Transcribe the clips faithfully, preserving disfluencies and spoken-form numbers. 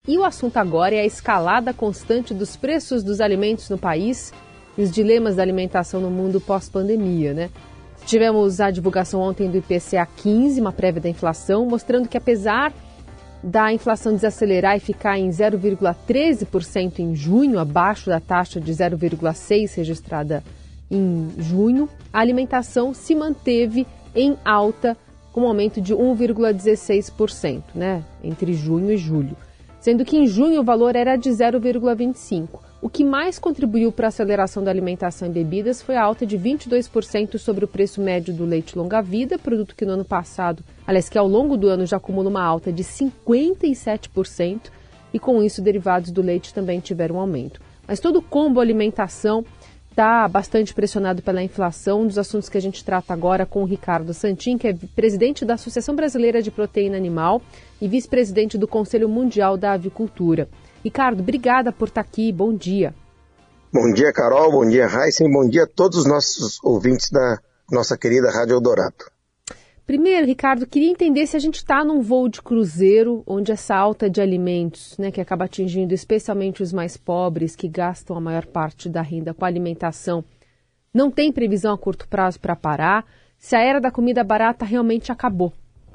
E o assunto agora é a escalada constante dos preços dos alimentos no país e os dilemas da alimentação no mundo pós-pandemia, né? Tivemos a divulgação ontem do I P C A quinze, uma prévia da inflação, mostrando que apesar da inflação desacelerar e ficar em zero vírgula treze por cento em junho, abaixo da taxa de zero vírgula seis por cento registrada em junho, a alimentação se manteve em alta, com um aumento de um vírgula dezesseis por cento, né, entre junho e julho. Sendo que em junho o valor era de zero vírgula vinte e cinco por cento. O que mais contribuiu para a aceleração da alimentação em bebidas foi a alta de vinte e dois por cento sobre o preço médio do leite longa-vida, produto que no ano passado, aliás, que ao longo do ano já acumula uma alta de cinquenta e sete por cento, e com isso derivados do leite também tiveram um aumento. Mas todo o combo alimentação está bastante pressionado pela inflação, um dos assuntos que a gente trata agora com o Ricardo Santin, que é presidente da Associação Brasileira de Proteína Animal e vice-presidente do Conselho Mundial da Avicultura. Ricardo, obrigada por estar aqui, bom dia. Bom dia, Carol, bom dia, Heisen, bom dia a todos os nossos ouvintes da nossa querida Rádio Eldorado. Primeiro, Ricardo, queria entender se a gente está num voo de cruzeiro, onde essa alta de alimentos, né, que acaba atingindo especialmente os mais pobres, que gastam a maior parte da renda com a alimentação, não tem previsão a curto prazo para parar, se a era da comida barata realmente acabou.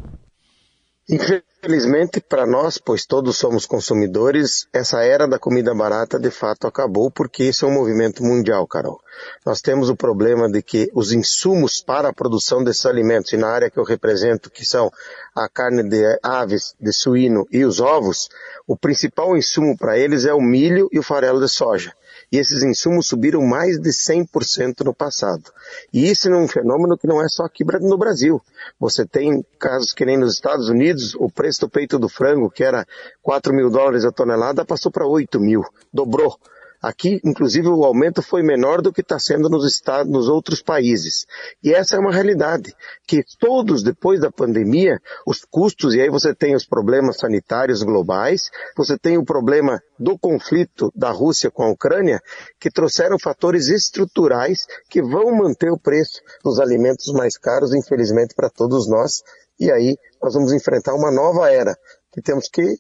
Infelizmente, para nós, pois todos somos consumidores, essa era da comida barata de fato acabou, porque esse é um movimento mundial, Carol. Nós temos o problema de que os insumos para a produção desses alimentos, e na área que eu represento, que são a carne de aves, de suíno e os ovos, o principal insumo para eles é o milho e o farelo de soja. E esses insumos subiram mais de cem por cento no passado. E isso é um fenômeno que não é só aqui no Brasil. Você tem casos que nem nos Estados Unidos, o preço do peito do frango, que era quatro mil dólares a tonelada, passou para oito mil, dobrou. Aqui, inclusive, o aumento foi menor do que está sendo nos estados, nos outros países. E essa é uma realidade, que todos, depois da pandemia, os custos, e aí você tem os problemas sanitários globais, você tem o problema do conflito da Rússia com a Ucrânia, que trouxeram fatores estruturais que vão manter o preço dos alimentos mais caros, infelizmente, para todos nós. E aí nós vamos enfrentar uma nova era, que temos que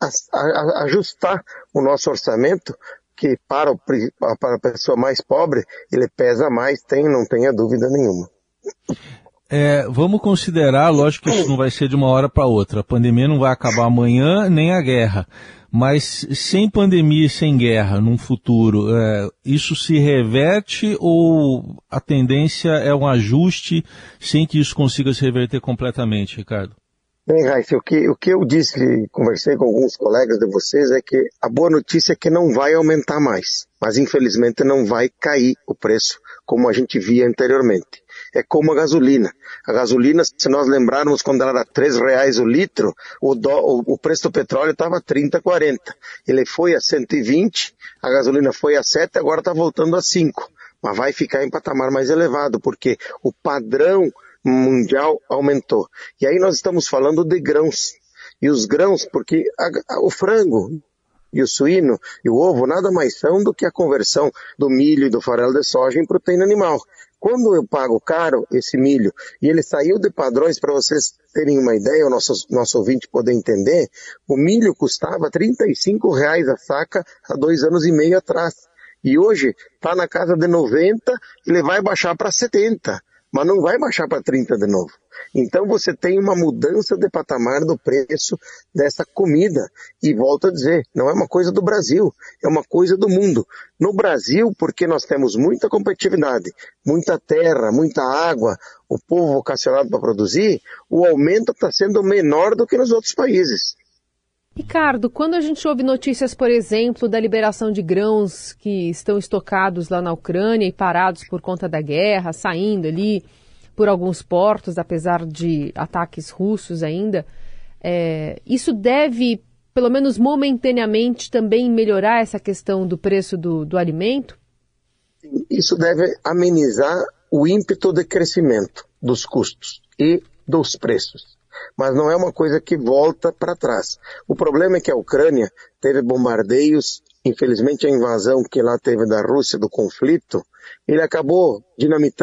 ajustar o nosso orçamento, que para, o, para a pessoa mais pobre, ele pesa mais, tem, não tenha dúvida nenhuma. É, vamos considerar, lógico que isso não vai ser de uma hora para outra, a pandemia não vai acabar amanhã, nem a guerra, mas sem pandemia e sem guerra, num futuro, é, isso se reverte ou a tendência é um ajuste sem que isso consiga se reverter completamente, Ricardo? Bem, Raíssa, o que, o que eu disse, conversei com alguns colegas de vocês, é que a boa notícia é que não vai aumentar mais, mas infelizmente não vai cair o preço como a gente via anteriormente. É como a gasolina. A gasolina, se nós lembrarmos quando ela era três reais o litro, o, do, o, o preço do petróleo estava trinta, quarenta. Ele foi a cento e vinte, a gasolina foi a sete, agora está voltando a cinco. Mas vai ficar em patamar mais elevado, porque o padrão mundial aumentou. E aí nós estamos falando de grãos. E os grãos, porque a, a, o frango e o suíno e o ovo nada mais são do que a conversão do milho e do farelo de soja em proteína animal. Quando eu pago caro esse milho, e ele saiu de padrões, para vocês terem uma ideia, o nosso, nosso ouvinte poder entender, o milho custava trinta e cinco reais a saca há dois anos e meio atrás. E hoje está na casa de noventa, ele vai baixar para setenta. Mas não vai baixar para trinta de novo. Então você tem uma mudança de patamar do preço dessa comida. E volto a dizer, não é uma coisa do Brasil, é uma coisa do mundo. No Brasil, porque nós temos muita competitividade, muita terra, muita água, o povo vocacionado para produzir, o aumento está sendo menor do que nos outros países. Ricardo, quando a gente ouve notícias, por exemplo, da liberação de grãos que estão estocados lá na Ucrânia e parados por conta da guerra, saindo ali por alguns portos, apesar de ataques russos ainda, é, isso deve, pelo menos momentaneamente, também melhorar essa questão do preço do, do alimento? Isso deve amenizar o ímpeto de crescimento dos custos e dos preços. Mas não é uma coisa que volta para trás. O problema é que a Ucrânia teve bombardeios, infelizmente a invasão que lá teve da Rússia, do conflito, ele acabou dinamitando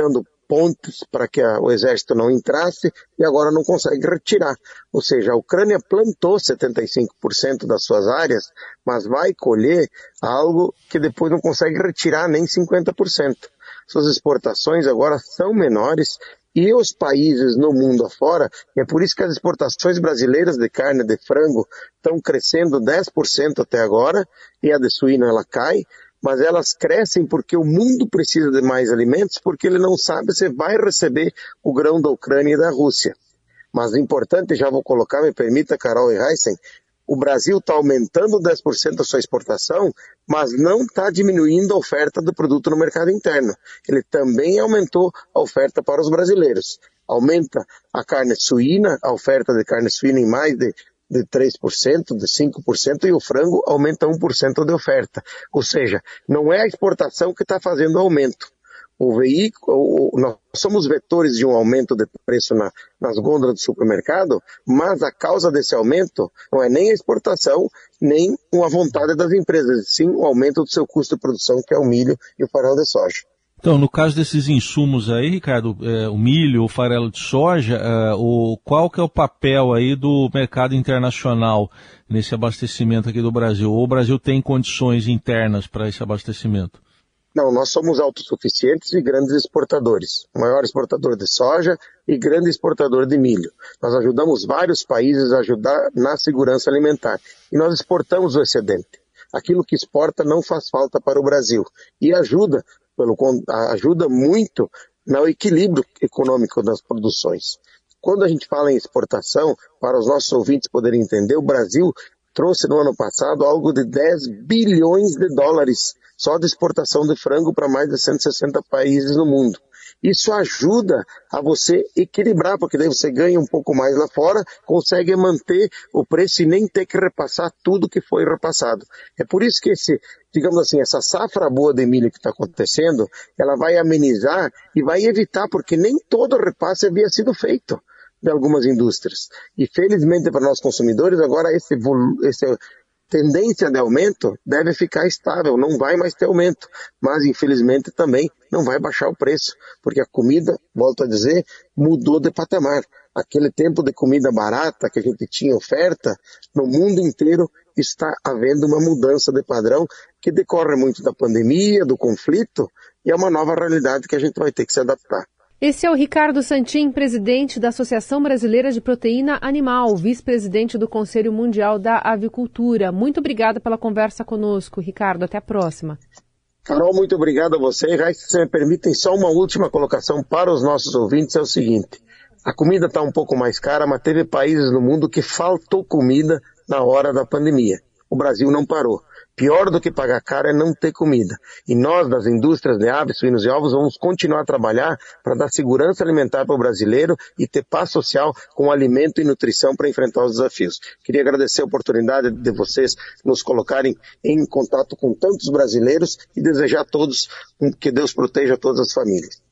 pontes para que a, o exército não entrasse e agora não consegue retirar. Ou seja, a Ucrânia plantou setenta e cinco por cento das suas áreas, mas vai colher algo que depois não consegue retirar nem cinquenta por cento. Suas exportações agora são menores e os países no mundo afora, e é por isso que as exportações brasileiras de carne de frango estão crescendo dez por cento até agora, e a de suíno ela cai, mas elas crescem porque o mundo precisa de mais alimentos, porque ele não sabe se vai receber o grão da Ucrânia e da Rússia. Mas o importante, já vou colocar, me permita, Carol e Heisen, o Brasil está aumentando dez por cento da sua exportação, mas não está diminuindo a oferta do produto no mercado interno. Ele também aumentou a oferta para os brasileiros. Aumenta a carne suína, a oferta de carne suína em mais de de três por cento, de cinco por cento, e o frango aumenta um por cento de oferta. Ou seja, não é a exportação que está fazendo o aumento. O veículo, o, nós somos vetores de um aumento de preço na, nas gôndolas do supermercado, mas a causa desse aumento não é nem a exportação, nem a vontade das empresas, sim o aumento do seu custo de produção, que é o milho e o farelo de soja. Então, no caso desses insumos aí, Ricardo, é, o milho, o farelo de soja, é, o, qual que é o papel aí do mercado internacional nesse abastecimento aqui do Brasil? Ou o Brasil tem condições internas para esse abastecimento? Não, nós somos autossuficientes e grandes exportadores. O maior exportador de soja e grande exportador de milho. Nós ajudamos vários países a ajudar na segurança alimentar. E nós exportamos o excedente. Aquilo que exporta não faz falta para o Brasil. E ajuda, pelo, ajuda muito no equilíbrio econômico das produções. Quando a gente fala em exportação, para os nossos ouvintes poderem entender, o Brasil trouxe no ano passado algo de dez bilhões de dólares só de exportação de frango para mais de cento e sessenta países no mundo. Isso ajuda a você equilibrar, porque daí você ganha um pouco mais lá fora, consegue manter o preço e nem ter que repassar tudo que foi repassado. É por isso que esse, digamos assim, essa safra boa de milho que está acontecendo, ela vai amenizar e vai evitar, porque nem todo repasse havia sido feito de algumas indústrias. E felizmente para nós consumidores, agora esse, esse tendência de aumento deve ficar estável, não vai mais ter aumento, mas infelizmente também não vai baixar o preço, porque a comida, volto a dizer, mudou de patamar. Aquele tempo de comida barata que a gente tinha oferta, no mundo inteiro está havendo uma mudança de padrão que decorre muito da pandemia, do conflito, e é uma nova realidade que a gente vai ter que se adaptar. Esse é o Ricardo Santin, presidente da Associação Brasileira de Proteína Animal, vice-presidente do Conselho Mundial da Avicultura. Muito obrigada pela conversa conosco, Ricardo. Até a próxima. Carol, muito obrigado a você. E, se você me permitem, só uma última colocação para os nossos ouvintes, é o seguinte. A comida está um pouco mais cara, mas teve países no mundo que faltou comida na hora da pandemia. O Brasil não parou. Pior do que pagar caro é não ter comida. E nós, das indústrias de aves, suínos e ovos, vamos continuar a trabalhar para dar segurança alimentar para o brasileiro e ter paz social com alimento e nutrição para enfrentar os desafios. Queria agradecer a oportunidade de vocês nos colocarem em contato com tantos brasileiros e desejar a todos que Deus proteja todas as famílias.